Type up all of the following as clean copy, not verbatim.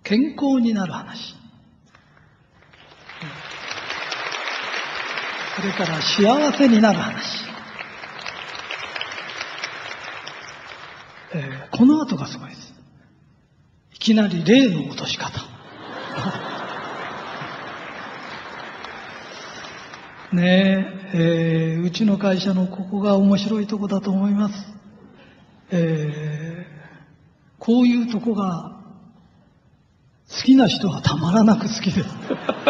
健康になる話。それから幸せになる話。この後がすごいです。いきなり霊の落とし方。ねえ、うちの会社のここが面白いとこだと思います。こういうとこが好きな人はたまらなく好きです。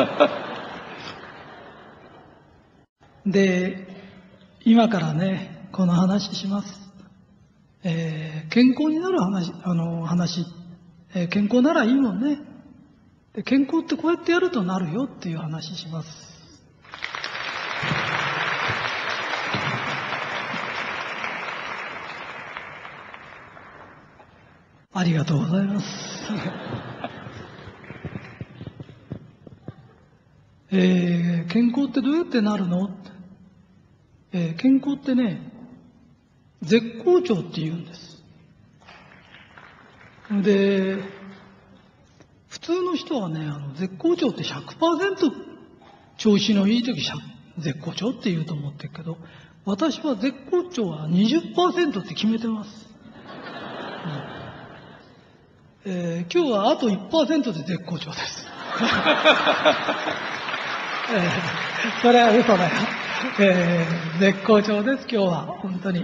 で、今からね、この話します。健康になる話、健康ならいいもんね。で、健康ってこうやってやるとなるよっていう話します。ありがとうございます。健康ってどうやってなるの？健康ってね、絶好調って言うんです。で、普通の人はね、絶好調って 100% 調子のいい時絶好調って言うと思ってるけど、私は絶好調は 20% って決めてます。今日はあと 1% で絶好調です。それは嘘だよ。絶好調です、今日は。本当に。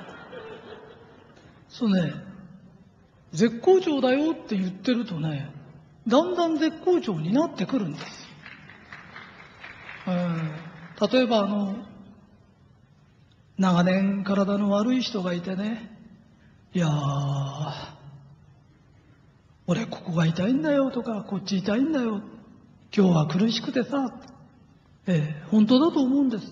そうね、絶好調だよって言ってるとね、だんだん絶好調になってくるんです。例えば長年体の悪い人がいてね、いやー、俺ここが痛いんだよとか、こっち痛いんだよ。今日は苦しくてさ、本当だと思うんです。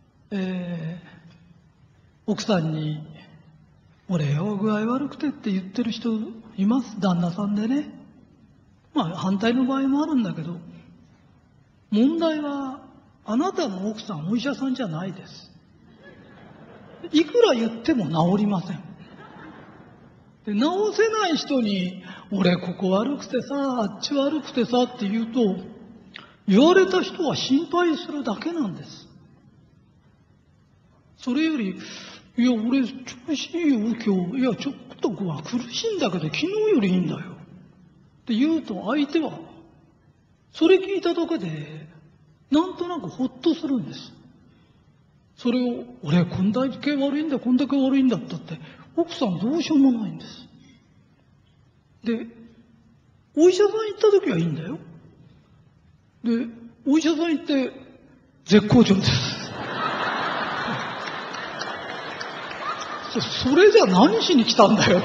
奥さんに、俺よ、具合悪くてって言ってる人います。旦那さんでね。まあ反対の場合もあるんだけど、問題はあなたの奥さんお医者さんじゃないです。いくら言っても治りません。で、治せない人に、俺ここ悪くてさ、あっち悪くてさって言うと、言われた人は心配するだけなんです。それより、いや、俺調子いいよ、今日。いや、ちょっと苦しいんだけど、昨日よりいいんだよ。って言うと、相手は、それ聞いただけで、なんとなくほっとするんです。それを、俺こんだけ悪いんだ、こんだけ悪いんだったって、奥さんどうしようもないんです。で、お医者さん行った時はいいんだよ。で、お医者さん行って、絶好調です。それじゃ何しに来たんだよって。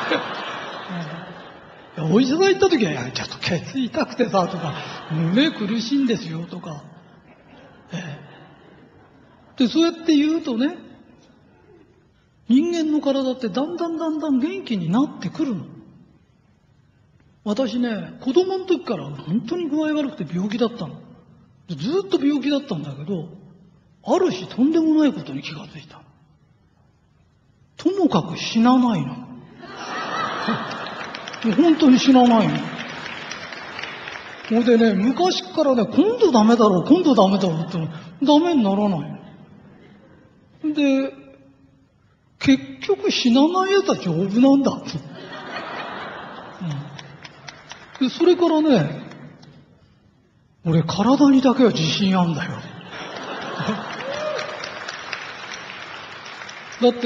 お医者さん行った時は、いや、ちょっとケツ痛くてさ、とか、胸苦しいんですよ、とか。で、そうやって言うとね、人間の体ってだんだん元気になってくるの。私ね、子供の時から本当に具合悪くて病気だったの。ずっと病気だったんだけど、ある日とんでもないことに気がついた。ともかく死なないの。本当に死なないの。ほんでね、昔からね、今度ダメだろうってダメにならないの。で、結局死なないやつは丈夫なんだって。で、それからね、俺体にだけは自信あんだよ。だって、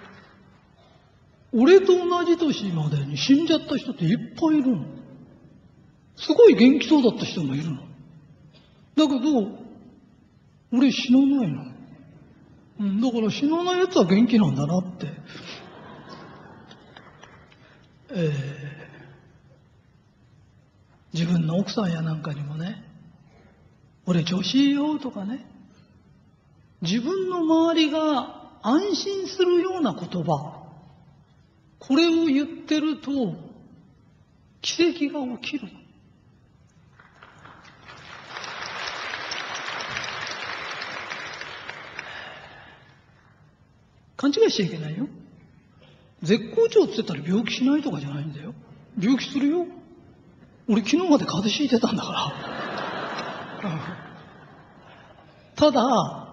俺と同じ年までに死んじゃった人っていっぱいいるの。すごい元気そうだった人もいるの。だけど、俺死なないの。だから死なないやつは元気なんだなって。自分の奥さんやなんかにもね、俺調子いいよとかね、自分の周りが安心するような言葉、これを言ってると奇跡が起きる。勘違いしちゃいけないよ。絶好調って言ったら病気しないとかじゃないんだよ。病気するよ。 俺昨日まで風邪ひいてたんだから。ただ、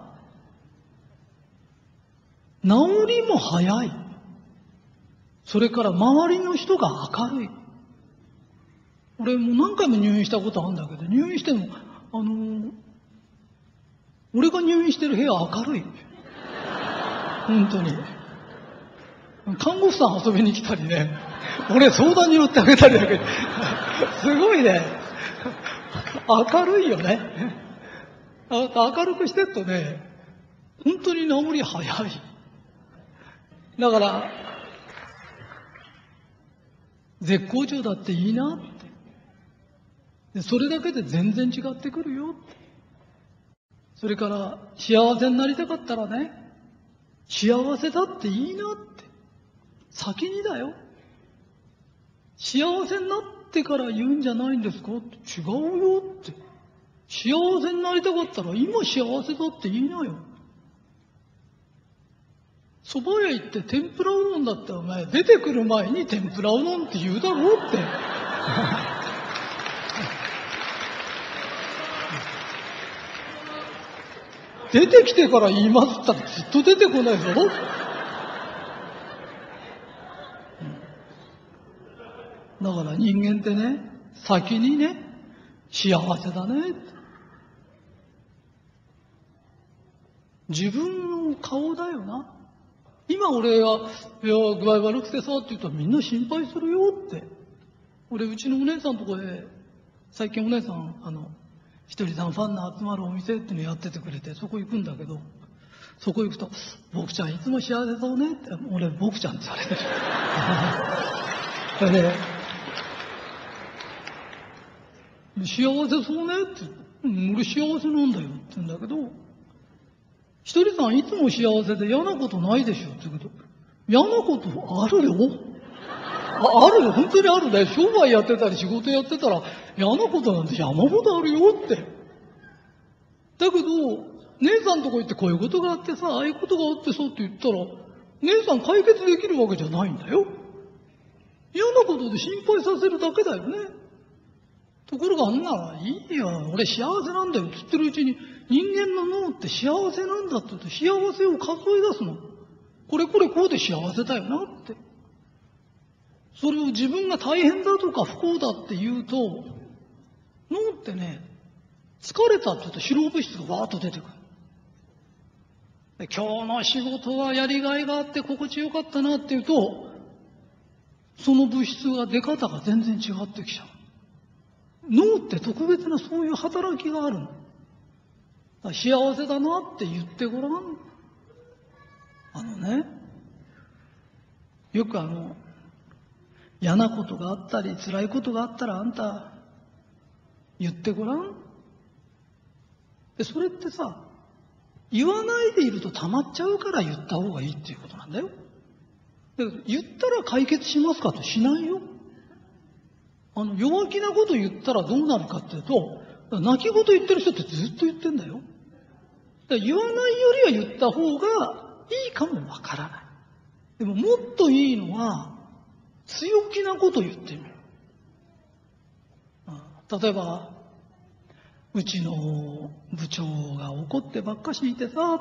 治りも早い。それから周りの人が明るい。俺もう何回も入院したことあるんだけど、入院しても、俺が入院してる部屋明るい。本当に。看護婦さん遊びに来たりね、俺相談に乗ってあげたりだけど、すごいね。明るいよね。明るくしてるとね、本当に治り早い。だから、絶好調だっていいなって。でそれだけで全然違ってくるよって。それから、幸せになりたかったらね、幸せだっていいなって。先にだよ。幸せになってから言うんじゃないんですかって。違うよって。幸せになりたかったら今幸せだって言いなよ。蕎麦屋行って天ぷらうどんだったらお前出てくる前に天ぷらうどんって言うだろうって。出てきてから言いますったらずっと出てこないぞ。だから人間ってね、先にね、幸せだねって。自分の顔だよな。今俺が、いや、具合悪くてさって言ったらみんな心配するよって。俺、うちのお姉さんとこで、最近お姉さん、ひとりさんファンの集まるお店っていうのやっててくれて、そこ行くんだけど、そこ行くと、僕ちゃんいつも幸せそうねって、俺、僕ちゃんって言われてる。それで、幸せそうねって、俺幸せなんだよって言うんだけど、ひとりさんいつも幸せで嫌なことないでしょって言うけど、嫌なことあるよ。あるよ、本当にあるね。商売やってたり仕事やってたら嫌なことなんて山ほどあるよって。だけど、姉さんとこ行ってこういうことがあってさ、ああいうことがあってさって言ったら、姉さん解決できるわけじゃないんだよ。嫌なことで心配させるだけだよね。ところがあんなら、いいよ、俺幸せなんだよって言ってるうちに、人間の脳って幸せなんだって言って幸せを数え出すの。これこれこうで幸せだよなって。それを自分が大変だとか不幸だって言うと、脳ってね、疲れたって言うと疲労物質がわーっと出てくる。で今日の仕事はやりがいがあって心地よかったなって言うと、その物質が出方が全然違ってきちゃう。脳って特別なそういう働きがあるの。幸せだなって言ってごらん。よく嫌なことがあったり辛いことがあったらあんた言ってごらん。でそれってさ、言わないでいると溜まっちゃうから言った方がいいっていうことなんだよ。だから言ったら解決しますかとしないよ。弱気なこと言ったらどうなるかっていうと、泣き言言ってる人ってずっと言ってんだよ。だから言わないよりは言った方がいいかもわからない。でももっといいのは、強気なこと言ってみる。例えば、うちの部長が怒ってばっかしいてさ、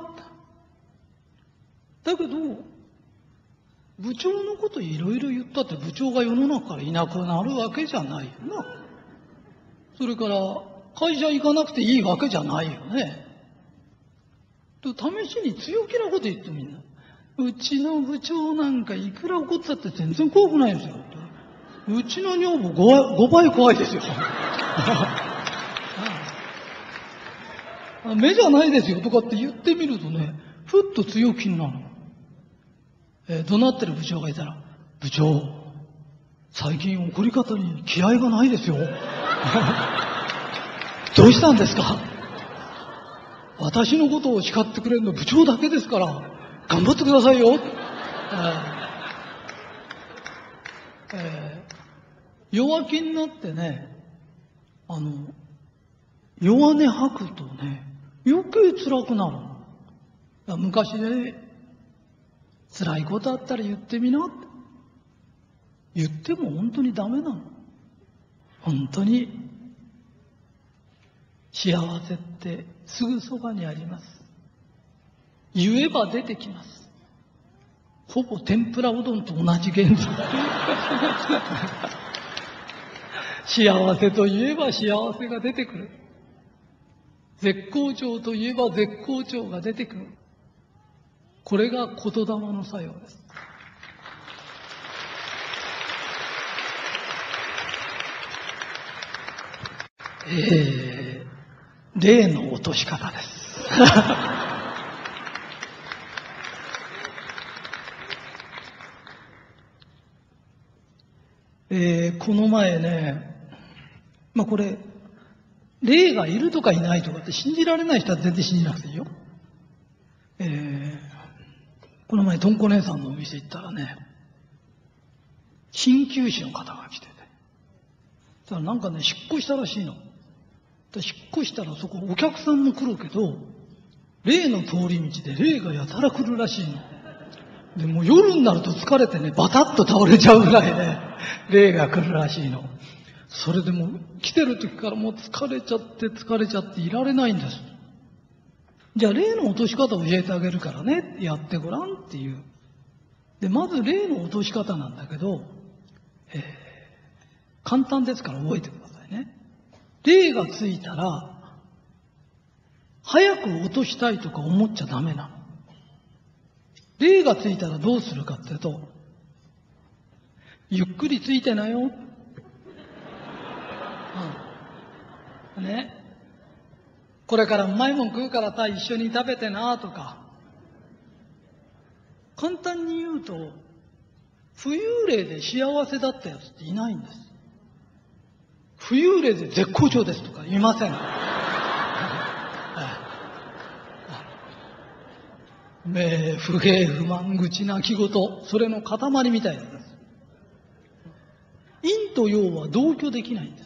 だけど、部長のこといろいろ言ったって部長が世の中からいなくなるわけじゃないよな。それから会社行かなくていいわけじゃないよね。試しに強気なこと言ってみんな。うちの部長なんかいくら怒ったって全然怖くないんですよ。うちの女房 5倍怖いですよ。目じゃないですよとかって言ってみるとね、ふっと強気になる。怒鳴ってる部長がいたら、部長、最近怒り方に気合がないですよ。どうしたんですか？私のことを叱ってくれるの部長だけですから、頑張ってくださいよ。弱気になってね、弱音吐くとね、余計辛くなる。昔ね、辛いことあったら言ってみなって。言っても本当にダメなの。 本当に幸せってすぐそばにあります。言えば出てきます。ほぼ天ぷらうどんと同じ原理。幸せといえば幸せが出てくる。絶好調といえば絶好調が出てくる。これが言霊の作用です。例の落とし方です。この前ね、これ、霊がいるとかいないとかって信じられない人は全然信じなくていいよ。この前、とんこ姉さんのお店行ったらね、鍼灸師の方が来てて、だからなんかね、引っ越したらしいの。引っ越したらそこお客さんも来るけど、霊の通り道で霊がやたら来るらしいの。でもう夜になると疲れてね、バタッと倒れちゃうぐらいね、霊が来るらしいの。それでも来てる時からもう疲れちゃっていられないんです。じゃあ霊の落とし方を教えてあげるからね、やってごらんっていう。で、まず霊の落とし方なんだけど、簡単ですから覚えてくださいね。霊がついたら、早く落としたいとか思っちゃダメなの。霊がついたらどうするかっていうと、ゆっくりついてなよ。ね。これからうまいもん食うからさ、一緒に食べてなとか。簡単に言うと、浮遊霊で幸せだったやつっていないんです。浮遊霊で絶好調ですとか言いません。不平不満愚泣き言、それの塊みたいなんです。陰と陽は同居できないんです。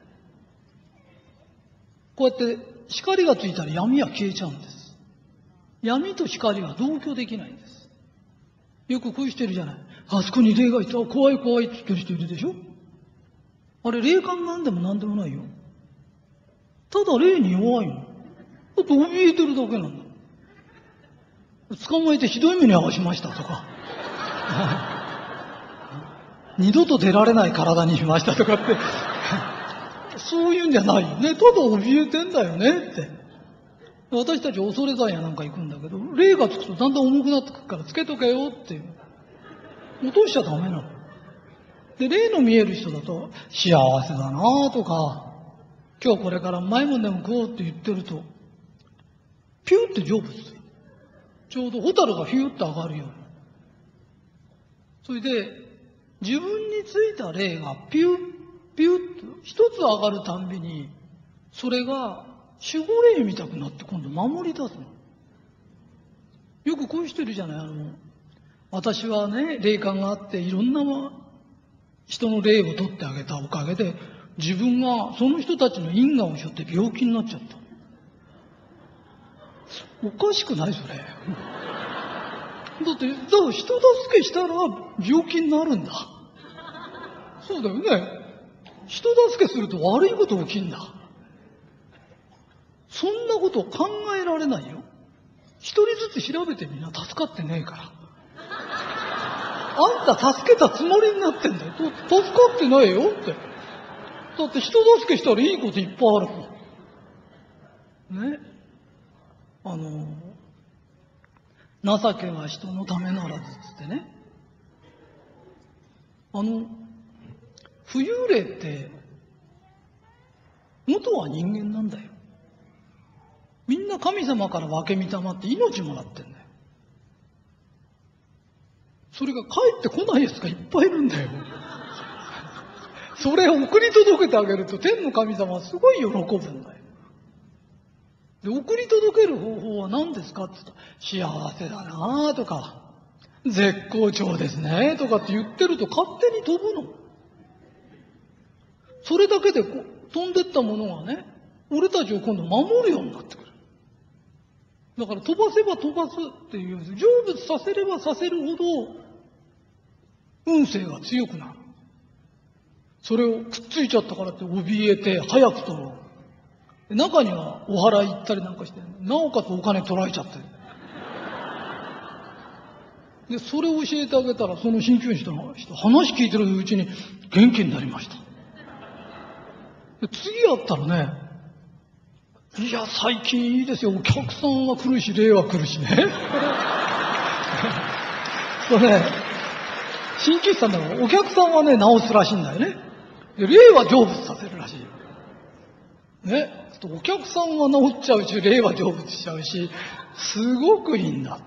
こうやって光がついたら闇は消えちゃうんです。闇と光は同居できないんです。よくこういう人いるじゃない。あそこに霊がいた、怖い怖いって言ってる人いるでしょ。あれ霊感なんでもなんでもないよ。ただ霊に弱いの。だって怯えてるだけなんだ。捕まえてひどい目に遭わしましたとか。二度と出られない体にしましたとかって。そういうんじゃないよね。ただ怯えてんだよねって。私たち恐れ山やなんか行くんだけど、霊がつくとだんだん重くなってくるからつけとけよっていう。落としちゃダメなの。で、霊の見える人だと、幸せだなとか、今日これからうまいもんでも食おうって言ってると、ピューって成仏する。ちょうどホタルがヒューッと上がるように。それで、自分についた霊がピュッ、ピュッと一つ上がるたんびに、それが守護霊みたくなって今度守り出すの。よくこういう人いるじゃない。私はね、霊感があっていろんな人の霊を取ってあげたおかげで、自分がその人たちの因果を背負って病気になっちゃった。おかしくないそれ。だって人助けしたら病気になるんだ。そうだよね。人助けすると悪いこと起きんだ。そんなこと考えられないよ。一人ずつ調べてみな、助かってねえから。あんた助けたつもりになってんだよ。助かってないよって。だって人助けしたらいいこといっぱいあるもん。ね。情けは人のためならずっつってね。浮遊霊って元は人間なんだよ。みんな神様から分け御霊って命もらってんだよ。それが帰ってこないやつがいっぱいいるんだよ。それを送り届けてあげると天の神様はすごい喜ぶんだよ。で、送り届ける方法は何ですかって言ったら、幸せだなとか、絶好調ですねとかって言ってると勝手に飛ぶの。それだけで飛んでったものがね、俺たちを今度守るようになってくる。だから飛ばせば飛ばすっていう、成仏させればさせるほど運勢が強くなる。 それをくっついちゃったからって怯えて早く取ろう。中にはお祓い行ったりなんかして、なおかつお金取られちゃって。で、それを教えてあげたら、その鍼灸師の人、話聞いてるうちに元気になりました。で、次やったらね、いや、最近いいですよ。お客さんは来るし、霊は来るしね。そうね、鍼灸師さんだからお客さんはね、治すらしいんだよね。で、霊は成仏させるらしいよ。ね。お客さんは治っちゃうし、霊は成仏しちゃうし、すごくいいんだ。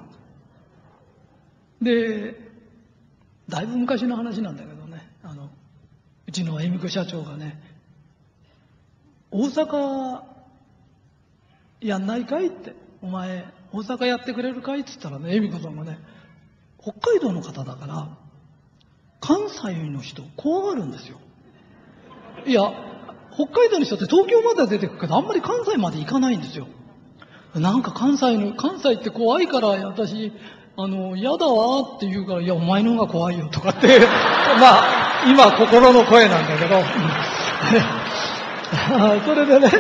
で、だいぶ昔の話なんだけどね、うちの恵美子社長がね、大阪やんないかいって、お前、大阪やってくれるかいって言ったらね、恵美子さんがね、北海道の方だから、関西の人怖がるんですよ。いや、北海道の人って東京までは出てくるけど、あんまり関西まで行かないんですよ。なんか関西って怖いから、私、嫌だわって言うから、いや、お前の方が怖いよとかって、まあ、今心の声なんだけど、それでね、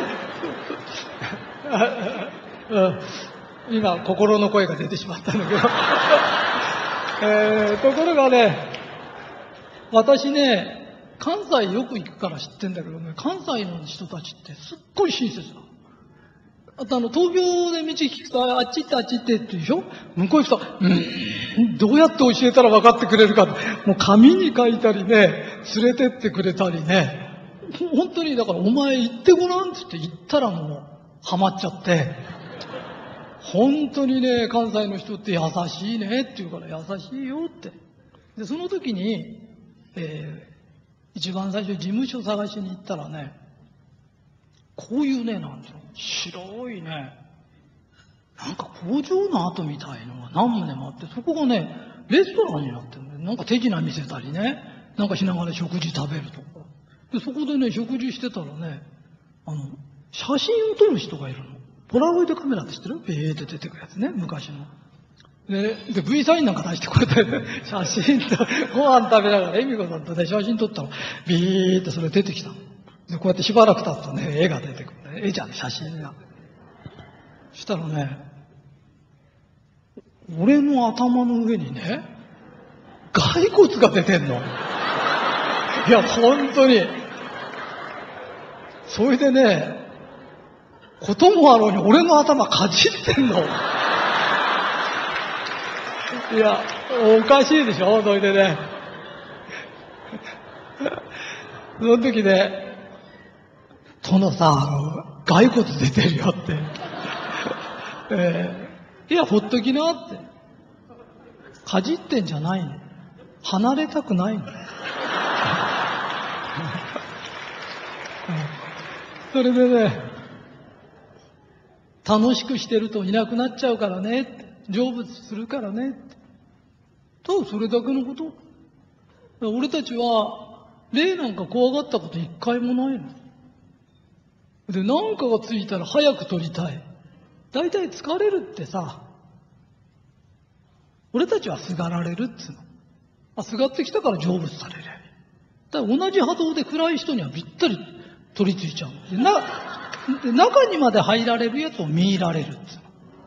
今心の声が出てしまったんだけど、ところがね、私ね、関西よく行くから知ってんだけどね、関西の人たちってすっごい親切だ。あと東京で道聞くと、あっち行ってあっち行ってって言うでしょ。向こう行くと、どうやって教えたら分かってくれるかって、もう紙に書いたりね、連れてってくれたりね、本当にだからお前行ってごらんって言って行ったらもうハマっちゃって、本当にね、関西の人って優しいねって言うから優しいよって。で、その時に、一番最初事務所探しに行ったらね、こういうね、なんていうの、白いね、なんか工場の跡みたいのが何棟もあって、そこがね、レストランになってるんで、なんか手品見せたりね、なんかしながら食事食べるとか。で、そこでね、食事してたらね、写真を撮る人がいるの。ポラロイドカメラって知ってる？ビーって出てくるやつね、昔の。で、V サインなんか出してこうやって写真と、ご飯食べながら、恵美子さんとね、写真撮ったら、ビーってそれ出てきたの。で、こうやってしばらく経つとね、絵が出てくるね。絵じゃん、写真が。そしたらね、俺の頭の上にね、骸骨が出てんの。いや、本当に。それでね、こともあろうに俺の頭かじってんの。いや、おかしいでしょ、それでね。その時ね、殿さ、骸骨出てるよって。いや、ほっときなって。かじってんじゃないの。離れたくないの。それでね、楽しくしてるといなくなっちゃうからねって、成仏するからねって。と、それだけのこと。俺たちは、霊なんか怖がったこと一回もないの。で、なんかがついたら早く取りたい。だいたい疲れるってさ、俺たちはすがられるっつうの。すがってきたから成仏される。だから同じ波動で暗い人にはぴったり取り付いちゃう。で中にまで入られるやつを見入られるっつ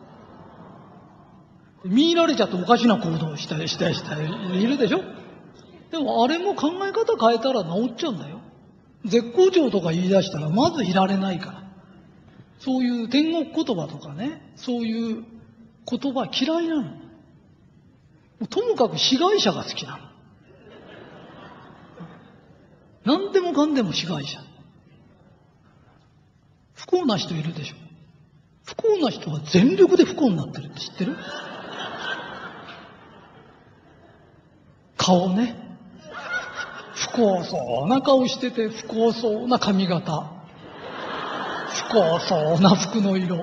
うの。見入られちゃっておかしな行動をしたりいるでしょ。でもあれも考え方変えたら治っちゃうんだよ。絶好調とか言い出したらまずいられないから。そういう天国言葉とかね、そういう言葉嫌いなの。ともかく被害者が好きなの。何でもかんでも被害者。不幸な人いるでしょ。不幸な人は全力で不幸になってるって知ってる？顔ね。不幸そうな顔してて、不幸そうな髪型。不幸そうな服の色。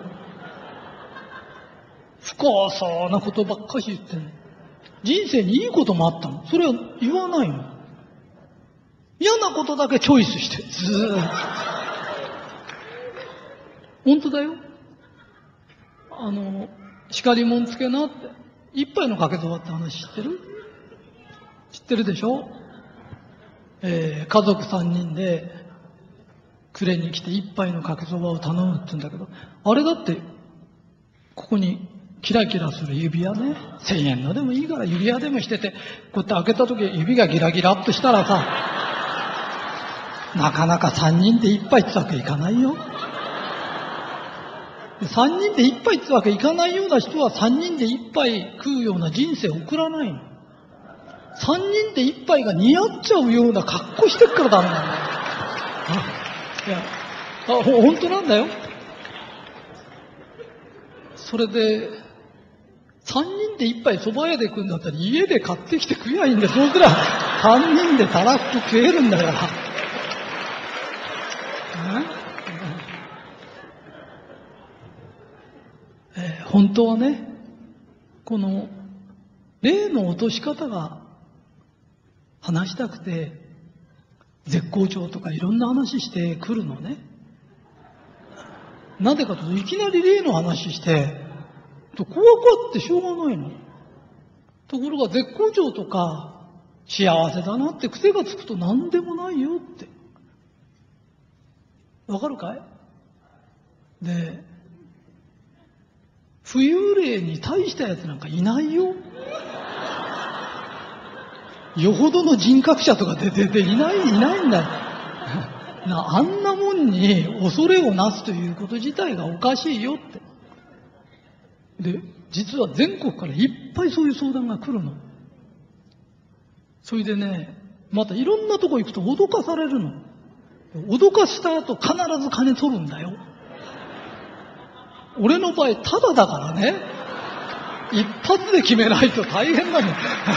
不幸そうなことばっかし言ってんの。人生にいいこともあったの。それは言わないの。嫌なことだけチョイスして、ずーっと。本当だよ。叱りもんつけなって。一杯のかけそばって話知ってる？知ってるでしょ？ 家族3人で暮れに来て一杯のかけそばを頼むって言うんだけど、あれだってここにキラキラする指輪ね、1000円のでもいいから指輪でもしてて、こうやって開けた時指がギラギラっとしたらさ、なかなか3人で一杯ってわけいかないよ。3人で一杯ってわけいかないような人は3人で一杯食うような人生を送らないの。3人で一杯が似合っちゃうような格好してっからダメなんだよ。いや、本当なんだよ。それで、3人で一杯蕎麦屋で食うんだったら家で買ってきて食えばいいんだよ。そうすれば3人でたらふく食えるんだから。本当はね、この霊の落とし方が話したくて、絶好調とかいろんな話してくるのね。なぜかというと、いきなり霊の話して、怖くあってしょうがないの。ところが絶好調とか幸せだなって癖がつくと何でもないよって。わかるかい？で、浮遊霊に大したやつなんかいないよ。よほどの人格者とか出ていないんだよ。あんなもんに恐れをなすということ自体がおかしいよって。で、実は全国からいっぱいそういう相談が来るの。それでね、またいろんなとこ行くと脅かされるの。脅かした後必ず金取るんだよ。俺の場合タダだからね、一発で決めないと大変なの。だ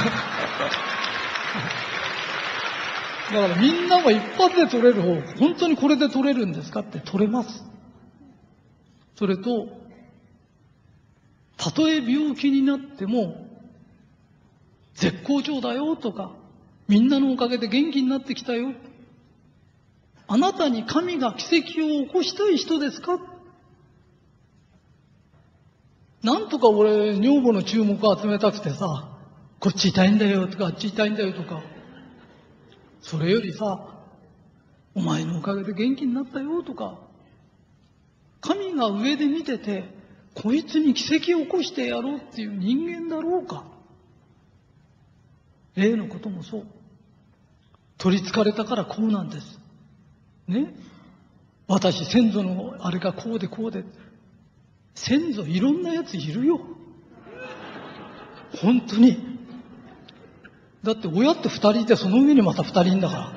からみんなも一発で取れる方、本当にこれで取れるんですかって取れます。それと、たとえ病気になっても絶好調だよとか、みんなのおかげで元気になってきたよ。あなたに神が奇跡を起こしたい人ですか？なんとか俺、女房の注目を集めたくてさ、こっち痛いんだよとか、あっち痛いんだよとか、それよりさ、お前のおかげで元気になったよとか、神が上で見てて、こいつに奇跡を起こしてやろうっていう人間だろうか。例のこともそう。取り憑かれたからこうなんです。ね。私、先祖のあれがこうでこうで。先祖いろんなやついるよ。本当に。だって親って2人いて、その上にまた2人いんだから、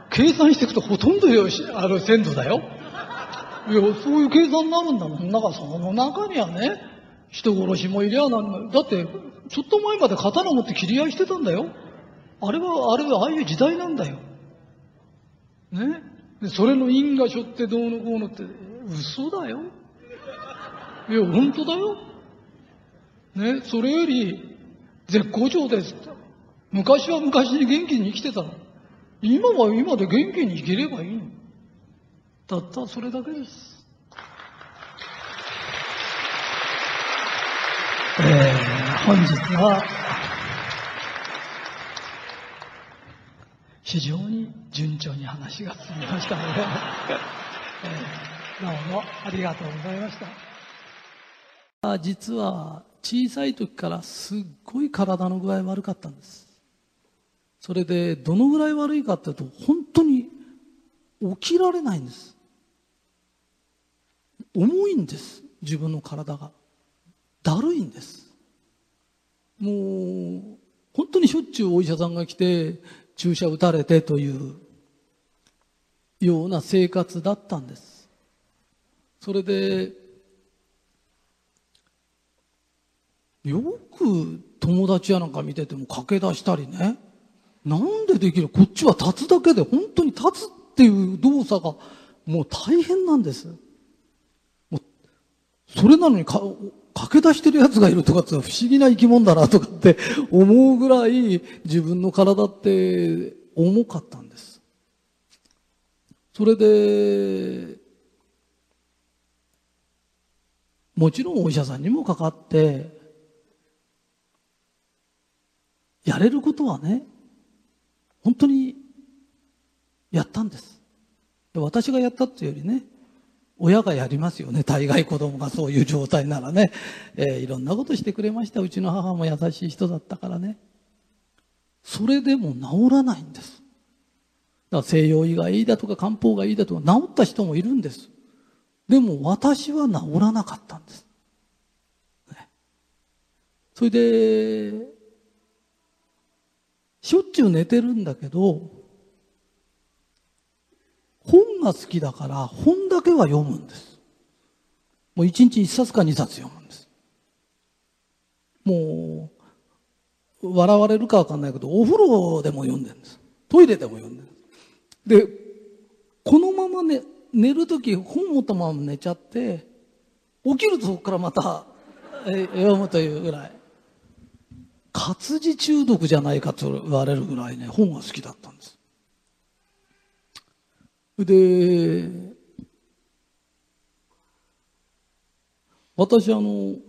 計算していくとほとんど先祖だよ。いや、そういう計算になるんだもん。だからその中にはね、人殺しもいりゃなんだ。だって、ちょっと前まで刀持って切り合いしてたんだよ。あれはああいう時代なんだよ。ね。でそれの因果しょってどうのこうのって嘘だよ。いや、本当だよ。ね、それより絶好調ですって。昔は昔に元気に生きてたの。今は今で元気に生きればいいの。たったそれだけです。本日は非常に順調に話が進みましたので、どうもありがとうございました。実は小さい時からすっごい体の具合悪かったんです。それでどのぐらい悪いかっていうと、本当に起きられないんです。重いんです。自分の体がだるいんです。もう本当にしょっちゅうお医者さんが来て注射打たれてというような生活だったんです。それでよく友達やなんか見てても駆け出したりね、なんでできる？こっちは立つだけで、本当に立つっていう動作がもう大変なんです。もうそれなのに駆け出してるやつがいるとかって不思議な生き物だなとかって思うぐらい自分の体って重かったんです。それでもちろんお医者さんにもかかってやれることはね、本当にやったんです。私がやったっていうよりね、親がやりますよね。大概子供がそういう状態ならね。いろんなことしてくれました。うちの母も優しい人だったからね。それでも治らないんです。だから西洋医がいいだとか漢方がいいだとか治った人もいるんです。でも私は治らなかったんです。ね、それで、しょっちゅう寝てるんだけど、本が好きだから本だけは読むんです。もう一日一冊か二冊読むんです。もう、笑われるかわかんないけど、お風呂でも読んでるんです。トイレでも読んでるんです。で、このままね、寝るとき本持ったまま寝ちゃって、起きるとそこからまた読むというぐらい、活字中毒じゃないかと言われるぐらいね、本が好きだったんです。で、私本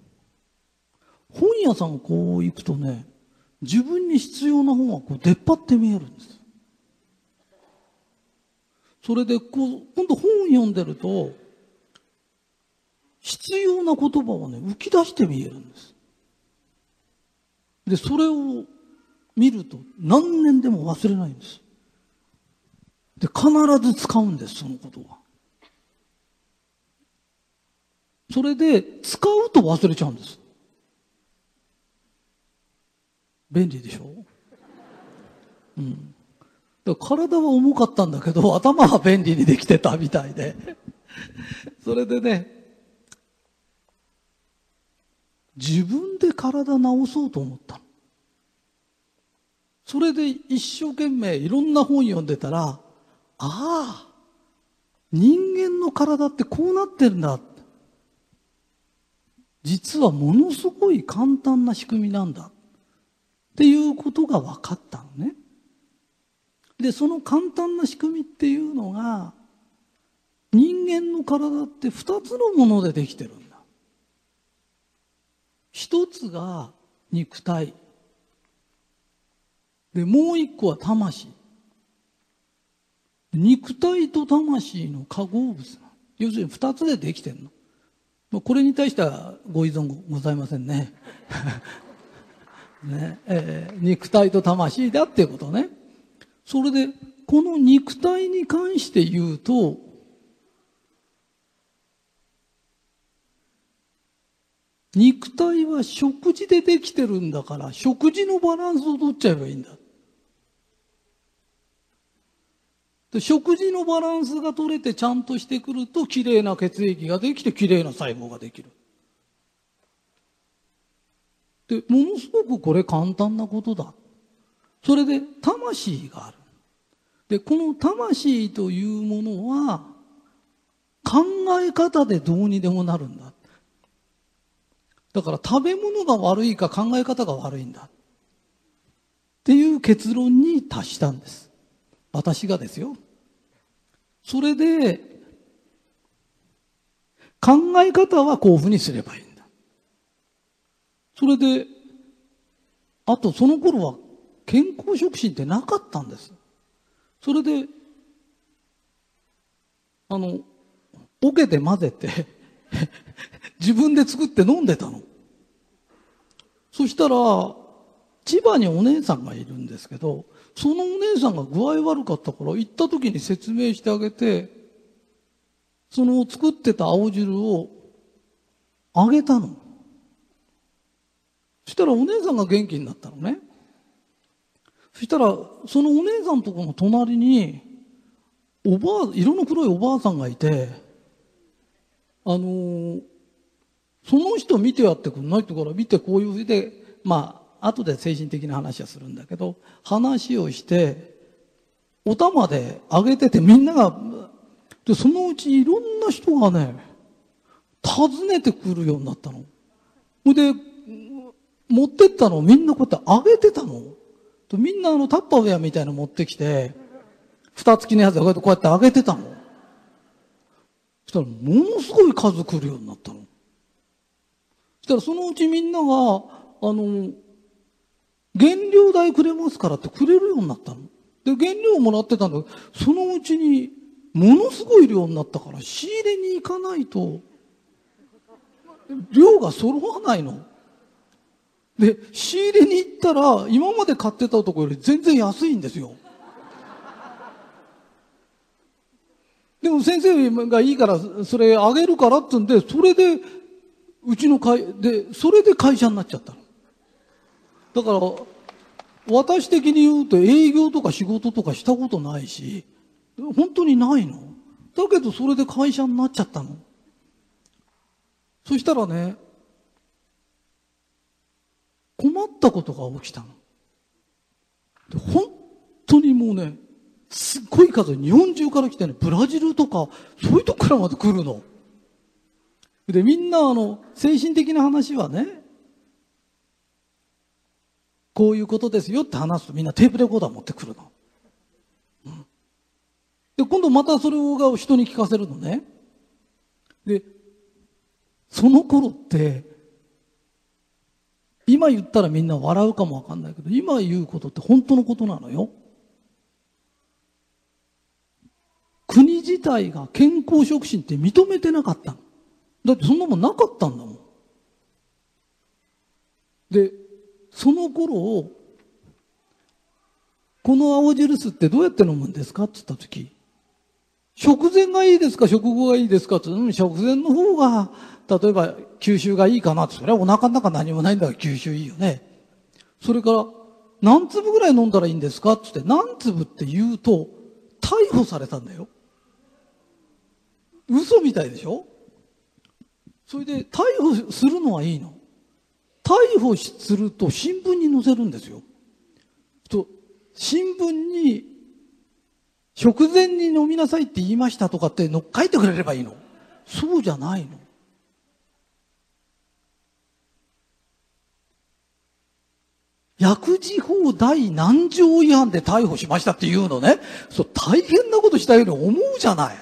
屋さんこう行くとね、自分に必要な本はこう出っ張って見えるんです。それで今度本読んでると、必要な言葉はね、浮き出して見えるんです。で、それを見ると何年でも忘れないんです。で、必ず使うんです、そのことは。それで、使うと忘れちゃうんです。便利でしょ？うん。だから体は重かったんだけど、頭は便利にできてたみたいで。それでね、自分で体治そうと思ったの。それで一生懸命いろんな本読んでたら、ああ、人間の体ってこうなってるんだ。実はものすごい簡単な仕組みなんだ。っていうことが分かったのね。で、その簡単な仕組みっていうのが、人間の体って二つのものでできてるんだ。一つが肉体。で、もう一個は魂。肉体と魂の化合物なの。要するに二つでできてるの。これに対してはご依存ございませんね。ね肉体と魂だっていうことね。それで、この肉体に関して言うと、肉体は食事でできてるんだから、食事のバランスを取っちゃえばいいんだ。で、食事のバランスが取れてちゃんとしてくると、きれいな血液ができて、きれいな細胞ができる。で、ものすごくこれ簡単なことだ。それで、魂がある。で、この魂というものは、考え方でどうにでもなるんだ。だから食べ物が悪いか考え方が悪いんだ。っていう結論に達したんです。私がですよ。それで、考え方はこういうふうにすればいいんだ。それで、あとその頃は健康食品ってなかったんです。それで、桶で混ぜて自分で作って飲んでたの。そしたら、千葉にお姉さんがいるんですけど、そのお姉さんが具合悪かったから行った時に説明してあげて、その作ってた青汁をあげたの。そしたらお姉さんが元気になったのね。そしたら、そのお姉さんのところの隣に、色の黒いおばあさんがいて、その人見てやってくんないって言うから、見てこういうふうで、まあ、後で精神的な話はするんだけど、話をして、お玉であげててみんなが、で、そのうちいろんな人がね、訪ねてくるようになったの。で、持ってったのをみんなこうやってあげてたの。みんなタッパーウェアみたいなの持ってきて、蓋付きのやつでこうやってあげてたの。そしたらものすごい数来るようになったの。そしたらそのうちみんなが、原料代くれますからってくれるようになったの。 で、原料をもらってたんだけど、そのうちに、ものすごい量になったから、仕入れに行かないと、量が揃わないの。で、仕入れに行ったら、今まで買ってたところより全然安いんですよ。でも先生がいいから、それあげるからって言うんで、それで、うちの会で、それで会社になっちゃったの。だから、私的に言うと営業とか仕事とかしたことないし、本当にないの。だけどそれで会社になっちゃったの。そしたらね、困ったことが起きたの。で本当にもうね、すっごい数、日本中から来てね、ブラジルとか、そういうとこからまで来るの。で、みんな精神的な話はね、こういうことですよって話すとみんなテープレコーダー持ってくるの。で、今度またそれを人に聞かせるのね。で、その頃って、今言ったらみんな笑うかもわかんないけど、今言うことって本当のことなのよ。国自体が健康促進って認めてなかったの。だってそんなもんなかったんだもん。で、その頃、この青汁酢ってどうやって飲むんですかって言ったとき、食前がいいですか食後がいいですかって言ったら、食前の方が、例えば吸収がいいかなって、それはお腹の中何もないんだから吸収いいよね。それから、何粒ぐらい飲んだらいいんですかって言って、何粒って言うと、逮捕されたんだよ。嘘みたいでしょ。それで、逮捕するのはいいの。逮捕すると新聞に載せるんですよ。新聞に、食前に飲みなさいって言いましたとかっての書いてくれればいいの。そうじゃないの。薬事法第何条違反で逮捕しましたって言うのね。そう、大変なことしたように思うじゃない。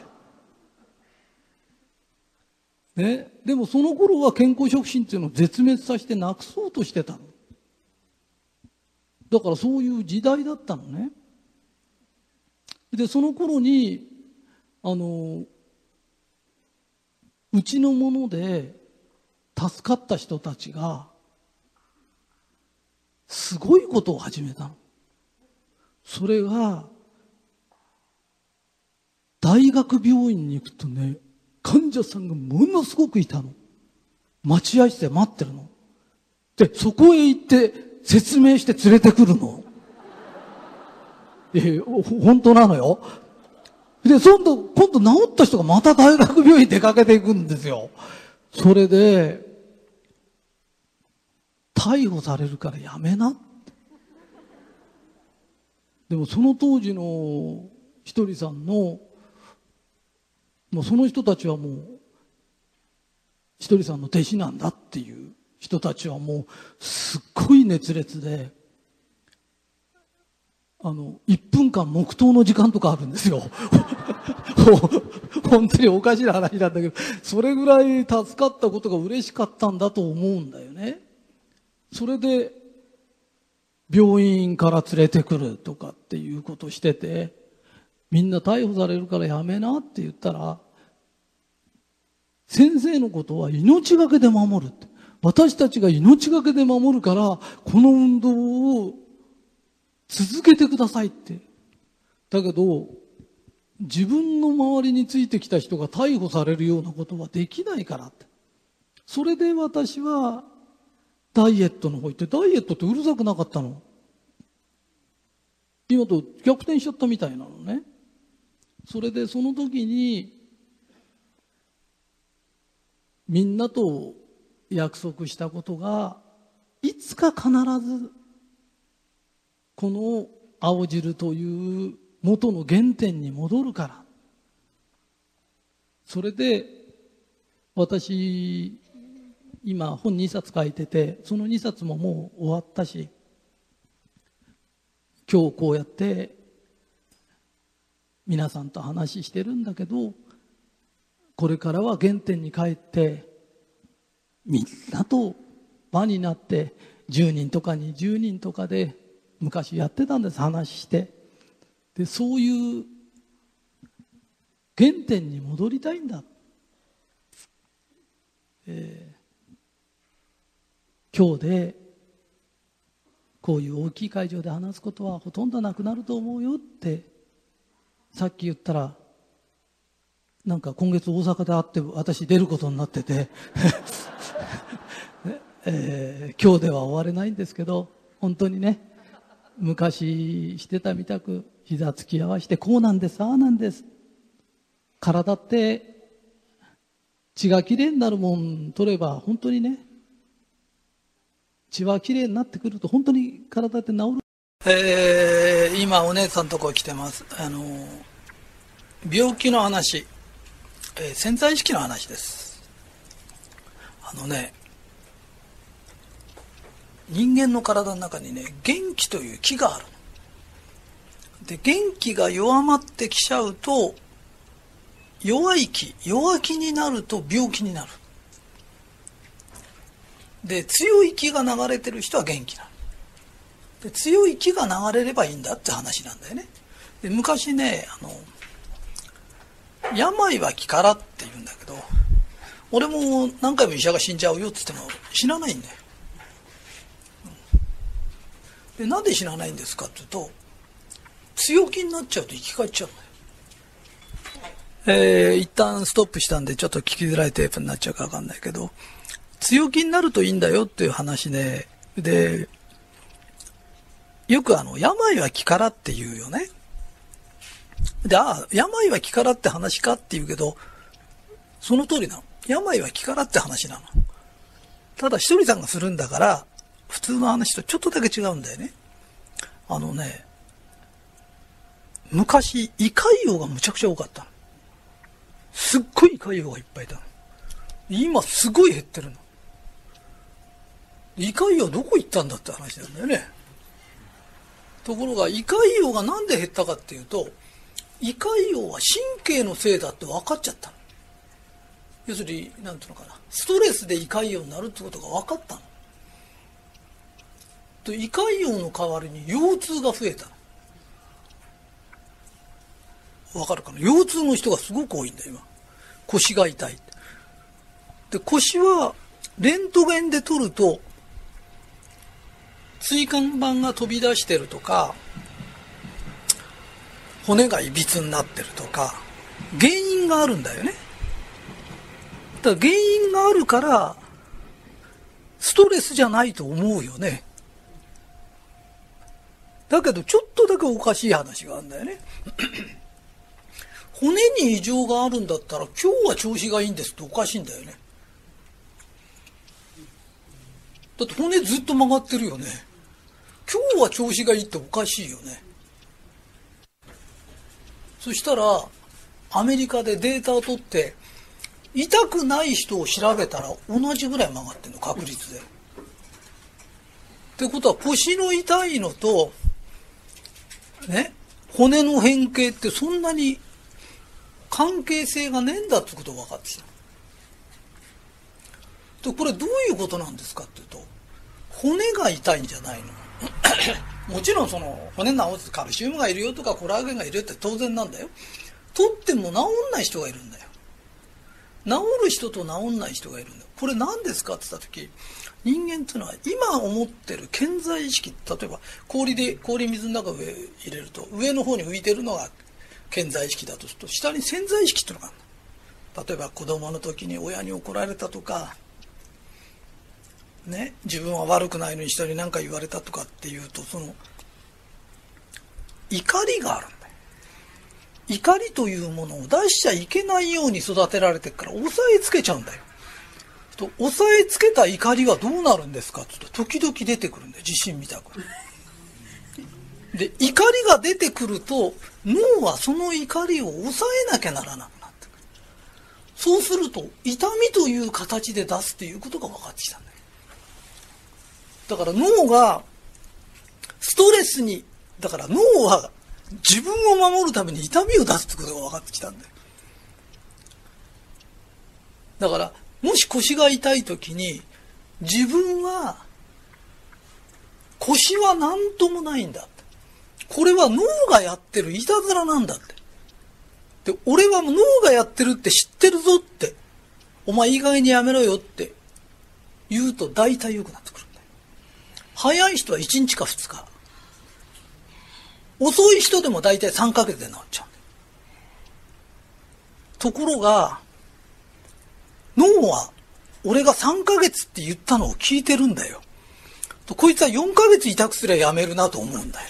ね。でもその頃は健康促進っていうのを絶滅させてなくそうとしてたの。だからそういう時代だったのね。で、その頃に、うちのもので助かった人たちが、すごいことを始めたの。それが、大学病院に行くとね、患者さんがものすごくいたの。待合室で待ってるの。で、そこへ行って説明して連れてくるの。本当なのよ。で、今度治った人がまた大学病院出かけていくんですよ。それで、逮捕されるからやめな。でもその当時のひとりさんの、もうその人たちはもう、ひとりさんの弟子なんだっていう人たちはもう、すっごい熱烈で、1分間黙祷の時間とかあるんですよ。本当におかしな話なんだけど、それぐらい助かったことが嬉しかったんだと思うんだよね。それで、病院から連れてくるとかっていうことしてて、みんな逮捕されるからやめなって言ったら、先生のことは命がけで守るって。私たちが命がけで守るから、この運動を続けてくださいって。だけど、自分の周りについてきた人が逮捕されるようなことはできないからって。それで私は、ダイエットの方行って、ダイエットってうるさくなかったの。今と逆転しちゃったみたいなのね。それでその時に、みんなと約束したことが、いつか必ず、この青汁という元の原点に戻るから。それで、私、今本2冊書いてて、その2冊ももう終わったし、今日こうやって皆さんと話してるんだけど、これからは原点に帰って、みんなと場になって、10人とか20人とかで昔やってたんです、話して。 で、そういう原点に戻りたいんだ。今日でこういう大きい会場で話すことはほとんどなくなると思うよってさっき言ったら、なんか今月大阪で会って私出ることになってて、今日では終われないんですけど、本当にね、昔してたみたく膝つき合わせて、こうなんです、ああなんです。体って血がきれいになるもん取れば本当にね、血はきれいになってくると本当に体って治る。今お姉さんのとこ来てます。病気の話、潜在意識の話です。人間の体の中にね、元気という気がある。で、元気が弱まってきちゃうと、弱気になると病気になる。で、強い気が流れてる人は元気なの。で、強い気が流れればいいんだって話なんだよね。で、昔ね、病は気からって言うんだけど、俺も何回も医者が死んじゃうよって言っても死なないんだよ。で、なんで死なないんですかって言うと、強気になっちゃうと生き返っちゃうんだよ。一旦ストップしたんでちょっと聞きづらいテープになっちゃうか分かんないけど、強気になるといいんだよっていう話ね。で、よく病は気からって言うよね。で、病は気からって話かって言うけど、その通りなの。病は気からって話なの。ただひとりさんがするんだから、普通の話とちょっとだけ違うんだよね。昔、胃潰瘍がむちゃくちゃ多かったの。すっごい胃潰瘍がいっぱいいたの。今すごい減ってるの。胃潰瘍どこ行ったんだって話なんだよね。ところが胃潰瘍がなんで減ったかっていうと、胃潰瘍は神経のせいだって分かっちゃったの。要するに、なんていうのかな、ストレスで胃潰瘍になるってことが分かったの。と胃潰瘍の代わりに腰痛が増えたの。分かるかな。腰痛の人がすごく多いんだよ、今。腰が痛い。で、腰はレントゲンで取ると椎間板が飛び出してるとか、骨がいびつになってるとか、原因があるんだよね。だから原因があるからストレスじゃないと思うよね。だけどちょっとだけおかしい話があるんだよね。骨に異常があるんだったら今日は調子がいいんですっておかしいんだよね。だって骨ずっと曲がってるよね。今日は調子がいいっておかしいよね。そしたらアメリカでデータを取って痛くない人を調べたら同じぐらい曲がってるの、確率で。ってことは腰の痛いのとね、骨の変形ってそんなに関係性がねえんだってことが分かってきた。で、これどういうことなんですかっていうと、骨が痛いんじゃないの。もちろんその骨治すカルシウムがいるよとかコラーゲンがいるよって当然なんだよ。取っても治んない人がいるんだよ。治る人と治んない人がいるんだよ。これ何ですかって言った時、人間っていうのは今思ってる顕在意識、例えば氷水の中に入れると上の方に浮いてるのが顕在意識だとすると、下に潜在意識っていうのがあるんだ。例えば子供の時に親に怒られたとかね、自分は悪くないのに人に何か言われたとかっていうと、その怒りがあるんだよ。怒りというものを出しちゃいけないように育てられてるから押さえつけちゃうんだよ。と押さえつけた怒りはどうなるんですかって言うと、時々出てくるんだよ、地震みたく。で、怒りが出てくると脳はその怒りを抑えなきゃならなくなってくる。そうすると痛みという形で出すっていうことが分かってきたんだよ。だから脳がストレスに、だから脳は自分を守るために痛みを出すってことが分かってきたんだよ。だからもし腰が痛い時に、自分は腰は何ともないんだ、 これは脳がやってるいたずらなんだって。で、俺は脳がやってるって知ってるぞって。お前いい加減にやめろよって言うと大体良くなってくるんだよ。早い人は1日か2日。遅い人でも大体3ヶ月で治っちゃうんだよ。ところが、脳は俺が3ヶ月って言ったのを聞いてるんだよ。こいつは4ヶ月痛くすりゃやめるなと思うんだよ。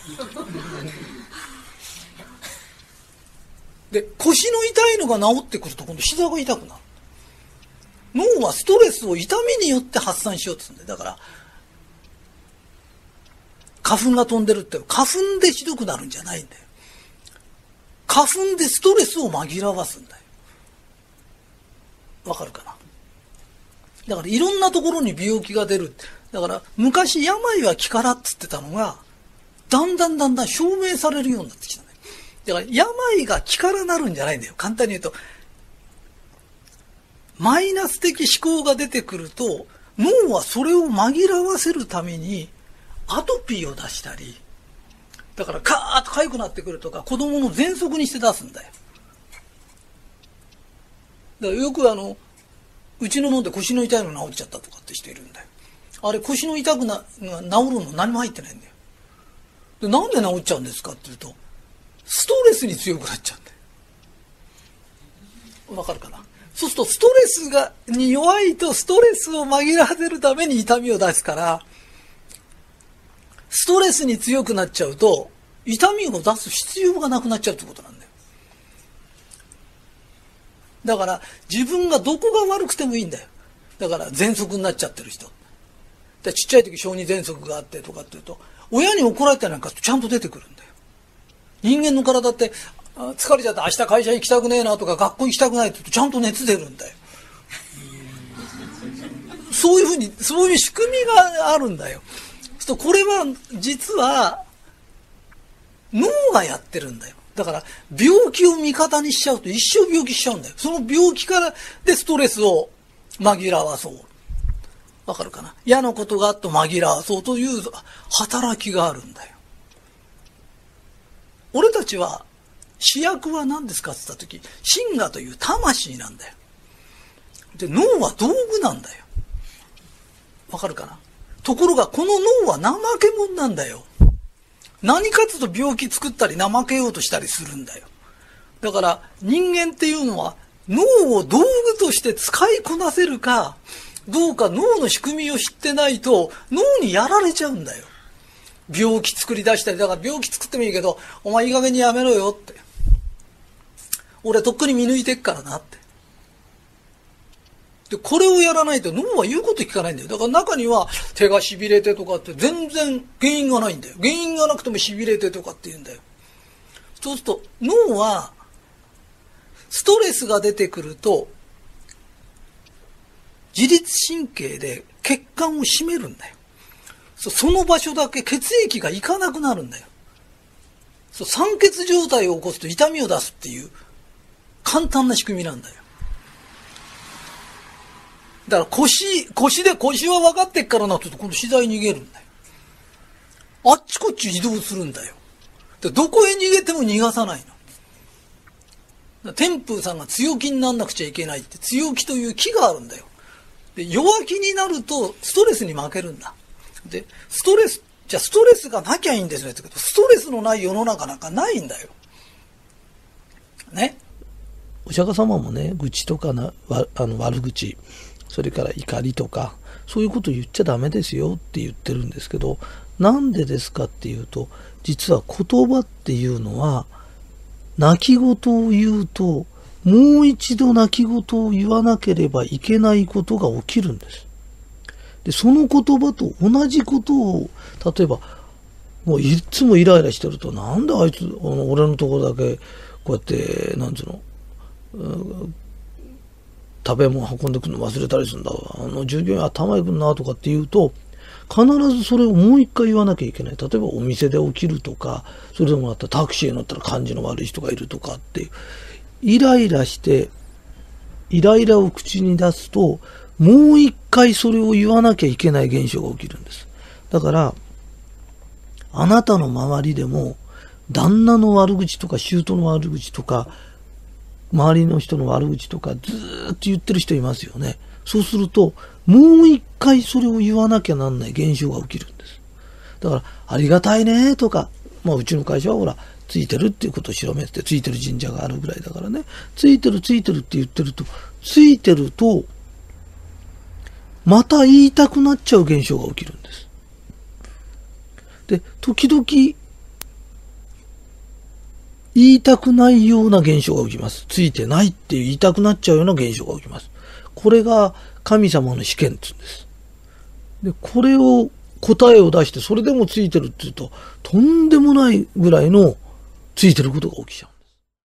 で、腰の痛いのが治ってくると今度膝が痛くなる。脳はストレスを痛みによって発散しようとするんだよ。だから、花粉が飛んでるって花粉でひどくなるんじゃないんだよ。花粉でストレスを紛らわすんだよ。わかるかな。だからいろんなところに病気が出る。だから昔病は気からっつってたのがだんだん証明されるようになってきたね。だから病が気からなるんじゃないんだよ。簡単に言うとマイナス的思考が出てくると脳はそれを紛らわせるためにアトピーを出したり、だからカーッと痒くなってくるとか子供の喘息にして出すんだよ。だからよくうちの飲んで腰の痛いの治っちゃったとかって人いるんだよ。あれ腰の痛く治るの何も入ってないんだよ。で、なんで治っちゃうんですかって言うと、ストレスに強くなっちゃうんだよ。わかるかな。そうするとストレスに弱いとストレスを紛らわせるために痛みを出すから、ストレスに強くなっちゃうと痛みを出す必要がなくなっちゃうってことなんだよ。だから自分がどこが悪くてもいいんだよ。だから喘息になっちゃってる人。でちっちゃい時小児喘息があってとかっていうと、親に怒られたなんかちゃんと出てくるんだよ。人間の体って疲れちゃって明日会社行きたくねえなとか学校行きたくないって言うとちゃんと熱出るんだよ。そういう仕組みがあるんだよ。これは実は脳がやってるんだよ。だから病気を味方にしちゃうと一生病気しちゃうんだよ。その病気からでストレスを紛らわそう。わかるかな。嫌なことがあって紛らわそうという働きがあるんだよ。俺たちは主役は何ですかって言った時、真我という魂なんだよ。で、脳は道具なんだよ。わかるかな。ところがこの脳は怠け者なんだよ。何かと病気作ったり怠けようとしたりするんだよ。だから人間っていうのは脳を道具として使いこなせるかどうか、脳の仕組みを知ってないと脳にやられちゃうんだよ。病気作り出したり、だから病気作ってもいいけどお前いい加減にやめろよって、俺とっくに見抜いてっからなって。で、これをやらないと脳は言うこと聞かないんだよ。だから中には手が痺れてとかって全然原因がないんだよ。原因がなくても痺れてとかって言うんだよ。そうすると脳はストレスが出てくると自律神経で血管を締めるんだよ。その場所だけ血液がいかなくなるんだよ。酸欠状態を起こすと痛みを出すっていう簡単な仕組みなんだよ。だから腰は分かってっからなって言うと今度膝に逃げるんだよ。あっちこっち移動するんだよ。で、どこへ逃げても逃がさないの。天風さんが強気になんなくちゃいけないって強気という気があるんだよ。で、弱気になるとストレスに負けるんだ。で、ストレスがなきゃいいんですねって言うけど、ストレスのない世の中なんかないんだよ。ね。 お釈迦様もね、愚痴とか悪口、それから怒りとか、そういうこと言っちゃダメですよって言ってるんですけど、なんでですかっていうと、実は言葉っていうのは、泣き言を言うと、もう一度泣き言を言わなければいけないことが起きるんです。で、その言葉と同じことを、例えば、もういつもイライラしてると、なんであいつ、俺のところだけ、こうやって、なんつうの、食べ物運んでくるの忘れたりするんだわ。従業員頭いくんなとかって言うと、必ずそれをもう一回言わなきゃいけない。例えばお店で起きるとか、それでもまたタクシーに乗ったら感じの悪い人がいるとかっていう。イライラして、イライラを口に出すと、もう一回それを言わなきゃいけない現象が起きるんです。だから、あなたの周りでも、 旦那の悪口とか、姑の悪口とか、周りの人の悪口とか、ずーっと言ってる人いますよね。そうすると、もう一回それを言わなきゃなんない現象が起きるんです。だから、ありがたいねとか、まあうちの会社はほら、ついてるっていうことを広めて、ついてる神社があるぐらいだからね、ついてるついてるって言ってると、ついてると、また言いたくなっちゃう現象が起きるんです。で、時々、言いたくないような現象が起きます。ついてないって言いたくなっちゃうような現象が起きます。これが神様の試験って言うんです。で、これを答えを出して、それでもついてるって言うと、とんでもないぐらいのついてることが起きちゃう。